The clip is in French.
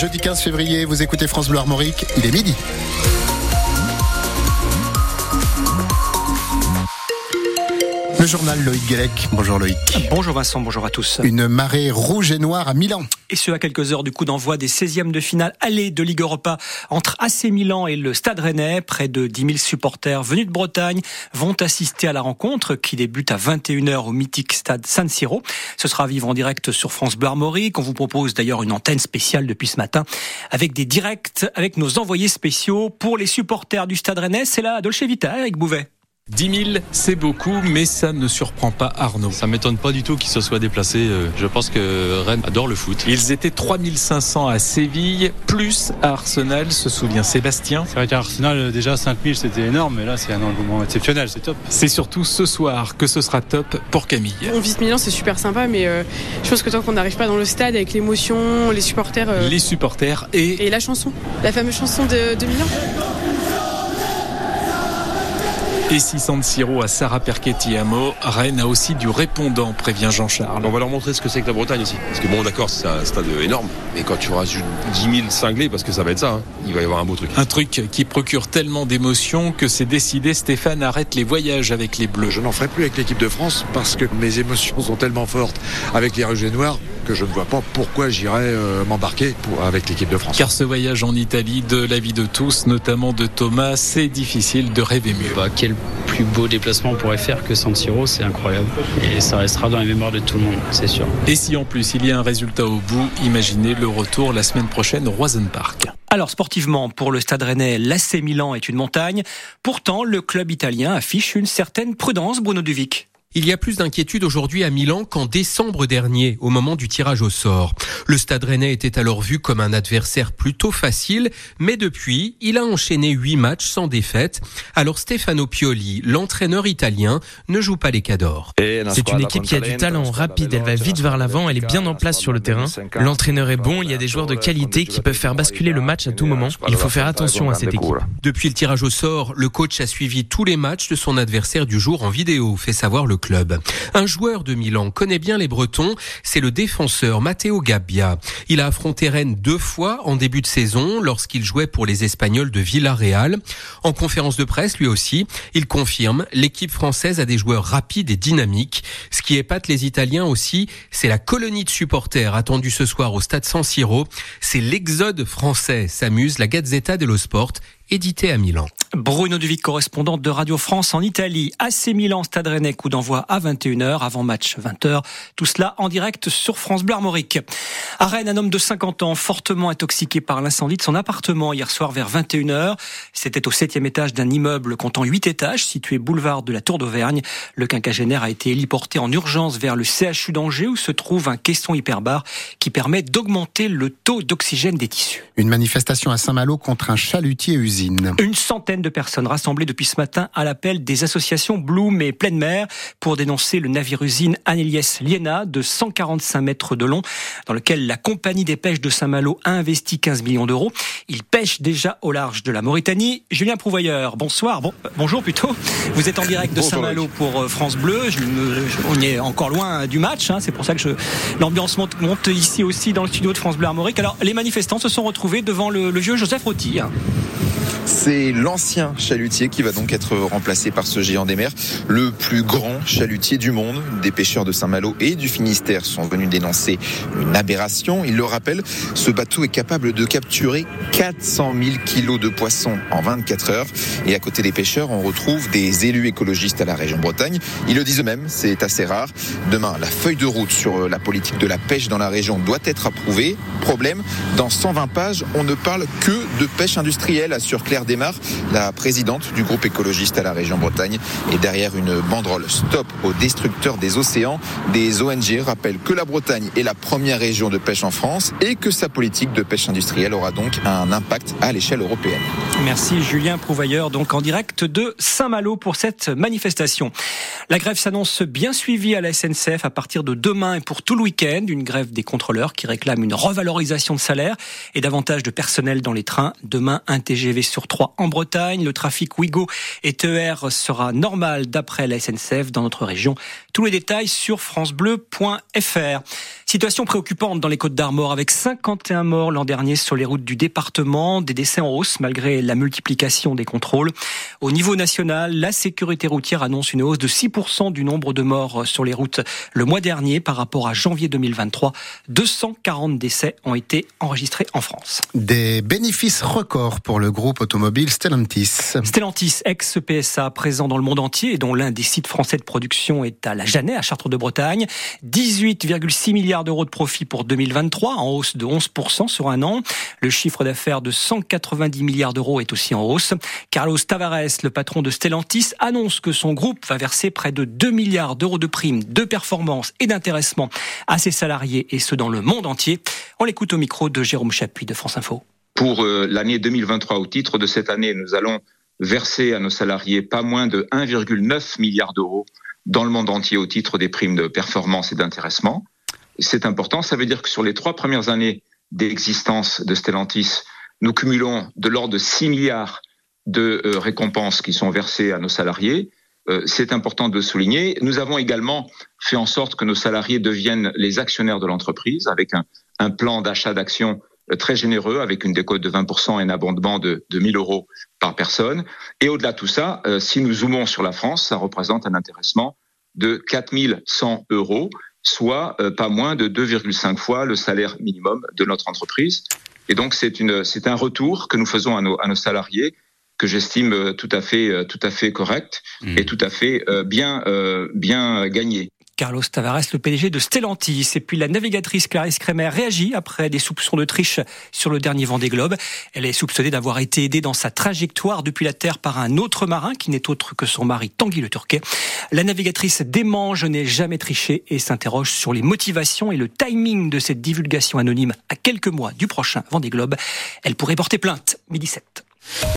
Jeudi 15 février, vous écoutez France Bleu Armorique, il est midi. Le journal Loïc Guélec. Bonjour Loïc. Bonjour Vincent, bonjour à tous. Une marée rouge et noire à Milan. Et ce à quelques heures du coup d'envoi des 16e de finale aller de Ligue Europa entre AC Milan et le Stade Rennais. Près de 10 000 supporters venus de Bretagne vont assister à la rencontre qui débute à 21h au mythique stade San Siro. Ce sera à vivre en direct sur France Bleu Armorique. On vous propose d'ailleurs une antenne spéciale depuis ce matin avec des directs avec nos envoyés spéciaux pour les supporters du Stade Rennais. C'est la Dolce Vita, Eric Bouvet. 10 000, c'est beaucoup, mais ça ne surprend pas Arnaud. Ça m'étonne pas du tout qu'ils se soient déplacés. Je pense que Rennes adore le foot. Ils étaient 3 500 à Séville, plus à Arsenal, se souvient Sébastien. C'est vrai qu'à Arsenal, déjà 5 000, c'était énorme, mais là, c'est un engouement exceptionnel, c'est top. C'est surtout ce soir que ce sera top pour Camille. On visite Milan, c'est super sympa, mais je pense que tant qu'on n'arrive pas dans le stade avec l'émotion, les supporters... Les supporters et la chanson, la fameuse chanson de Milan. Et si San Siro à Sara Perchetti-Amo, Rennes a aussi du répondant, prévient Jean-Charles. On va leur montrer ce que c'est que la Bretagne aussi. Parce que bon, d'accord, c'est un stade énorme, mais quand tu auras 10 000 cinglés, parce que ça va être ça, il va y avoir un beau truc. Un truc qui procure tellement d'émotions que c'est décidé, Stéphane arrête les voyages avec les Bleus. Je n'en ferai plus avec l'équipe de France parce que mes émotions sont tellement fortes avec les Rouges et Noirs que je ne vois pas pourquoi j'irais m'embarquer avec l'équipe de France. Car ce voyage en Italie, de l'avis de tous, notamment de Thomas, c'est difficile de rêver mieux. Quel plus beau déplacement on pourrait faire que San Siro, c'est incroyable. Et ça restera dans la mémoire de tout le monde, c'est sûr. Et si en plus il y a un résultat au bout, imaginez le retour la semaine prochaine au Roison Park. Alors sportivement, pour le Stade Rennais, l'AC Milan est une montagne. Pourtant, le club italien affiche une certaine prudence, Bruno Duvic. Il y a plus d'inquiétude aujourd'hui à Milan qu'en décembre dernier, au moment du tirage au sort. Le Stade Rennais était alors vu comme un adversaire plutôt facile, mais depuis, il a enchaîné 8 matchs sans défaite. Alors Stefano Pioli, l'entraîneur italien, ne joue pas les cadors. C'est une équipe qui a du talent, rapide, elle va vite vers l'avant, elle est bien en place sur le terrain. L'entraîneur est bon, il y a des joueurs de qualité qui peuvent faire basculer le match à tout moment. Il faut faire attention à cette équipe. Depuis le tirage au sort, le coach a suivi tous les matchs de son adversaire du jour en vidéo, fait savoir le club. Un joueur de Milan connaît bien les Bretons, c'est le défenseur Matteo Gabbia. Il a affronté Rennes 2 fois en début de saison lorsqu'il jouait pour les Espagnols de Villarreal. En conférence de presse, lui aussi, il confirme l'équipe française a des joueurs rapides et dynamiques. Ce qui épate les Italiens aussi, c'est la colonie de supporters attendue ce soir au stade San Siro. C'est l'exode français, s'amuse la Gazzetta dello Sport, édité à Milan. Bruno Duvic, correspondant de Radio France en Italie. AC Milan, Stade Rennais, coup d'envoi à 21h, avant match 20h. Tout cela en direct sur France Bleu Armorique. À Rennes, un homme de 50 ans, fortement intoxiqué par l'incendie de son appartement hier soir vers 21h. C'était au 7e étage d'un immeuble comptant 8 étages, situé boulevard de la Tour d'Auvergne. Le quinquagénaire a été héliporté en urgence vers le CHU d'Angers, où se trouve un caisson hyperbare qui permet d'augmenter le taux d'oxygène des tissus. Une manifestation à Saint-Malo contre un chalutier usine. Une centaine de personnes rassemblées depuis ce matin à l'appel des associations Bloom et Pleine Mer pour dénoncer le navire-usine Anelies Liena de 145 mètres de long, dans lequel la compagnie des pêches de Saint-Malo a investi 15 millions d'euros. Il pêche déjà au large de la Mauritanie. Julien Prouvoyeur, bonsoir. Bonjour plutôt. Vous êtes en direct de Saint-Malo pour France Bleu. On est encore loin du match. C'est pour ça que l'ambiance monte ici aussi dans le studio de France Bleu Armorique. Alors, les manifestants se sont retrouvés devant le vieux Joseph Roty. C'est l'ancien chalutier qui va donc être remplacé par ce géant des mers, le plus grand chalutier du monde. Des pêcheurs de Saint-Malo et du Finistère sont venus dénoncer une aberration. Ils le rappellent, ce bateau est capable de capturer 400 000 kilos de poissons en 24 heures. Et à côté des pêcheurs, on retrouve des élus écologistes à la région Bretagne. Ils le disent eux-mêmes, c'est assez rare. Demain, la feuille de route sur la politique de la pêche dans la région doit être approuvée. Problème, dans 120 pages, on ne parle que de pêche industrielle, assure Claire Desmar, la présidente du groupe écologiste à la région Bretagne. Et derrière une banderole Stop aux destructeurs des océans, des ONG rappellent que la Bretagne est la première région de pêche en France et que sa politique de pêche industrielle aura donc un impact à l'échelle européenne. Merci Julien Prouvoyeur, donc en direct de Saint-Malo pour cette manifestation. La grève s'annonce bien suivie à la SNCF à partir de demain et pour tout le week-end. Une grève des contrôleurs qui réclament une revalorisation de salaire et davantage de personnel dans les trains. Demain, un TGV sur sur 3 en Bretagne. Le trafic Ouigo et TER sera normal d'après la SNCF dans notre région. Tous les détails sur francebleu.fr. Situation préoccupante dans les Côtes-d'Armor avec 51 morts l'an dernier sur les routes du département, des décès en hausse malgré la multiplication des contrôles. Au niveau national, la sécurité routière annonce une hausse de 6% du nombre de morts sur les routes le mois dernier par rapport à janvier 2023. 240 décès ont été enregistrés en France. Des bénéfices records pour le groupe automobile Stellantis. Stellantis, ex-PSA, présent dans le monde entier et dont l'un des sites français de production est à la Jeannet, à Chartres de Bretagne. 18,6 milliards d'euros de profit pour 2023, en hausse de 11% sur un an. Le chiffre d'affaires de 190 milliards d'euros est aussi en hausse. Carlos Tavares, le patron de Stellantis, annonce que son groupe va verser près de 2 milliards d'euros de primes, de performance et d'intéressement à ses salariés, et ce dans le monde entier. On l'écoute au micro de Jérôme Chapuis de France Info. Pour l'année 2023, au titre de cette année, nous allons verser à nos salariés pas moins de 1,9 milliard d'euros dans le monde entier au titre des primes de performance et d'intéressement. C'est important, ça veut dire que sur les 3 premières années d'existence de Stellantis, nous cumulons de l'ordre de 6 milliards de récompenses qui sont versées à nos salariés. C'est important de souligner. Nous avons également fait en sorte que nos salariés deviennent les actionnaires de l'entreprise avec un plan d'achat d'actions très généreux, avec une décote de 20% et un abondement de 1 000 euros par personne. Et au-delà de tout ça, si nous zoomons sur la France, ça représente un intéressement de 4 100 euros, soit pas moins de 2,5 fois le salaire minimum de notre entreprise. Et donc c'est un retour que nous faisons à nos salariés, que j'estime tout à fait correct et tout à fait bien gagné. Carlos Tavares, le PDG de Stellantis. Et puis la navigatrice Clarisse Kremer réagit après des soupçons de triche sur le dernier Vendée Globe. Elle est soupçonnée d'avoir été aidée dans sa trajectoire depuis la Terre par un autre marin qui n'est autre que son mari Tanguy Le Turquet. La navigatrice dément je n'ai jamais triché et s'interroge sur les motivations et le timing de cette divulgation anonyme à quelques mois du prochain Vendée Globe. Elle pourrait porter plainte. 12h07.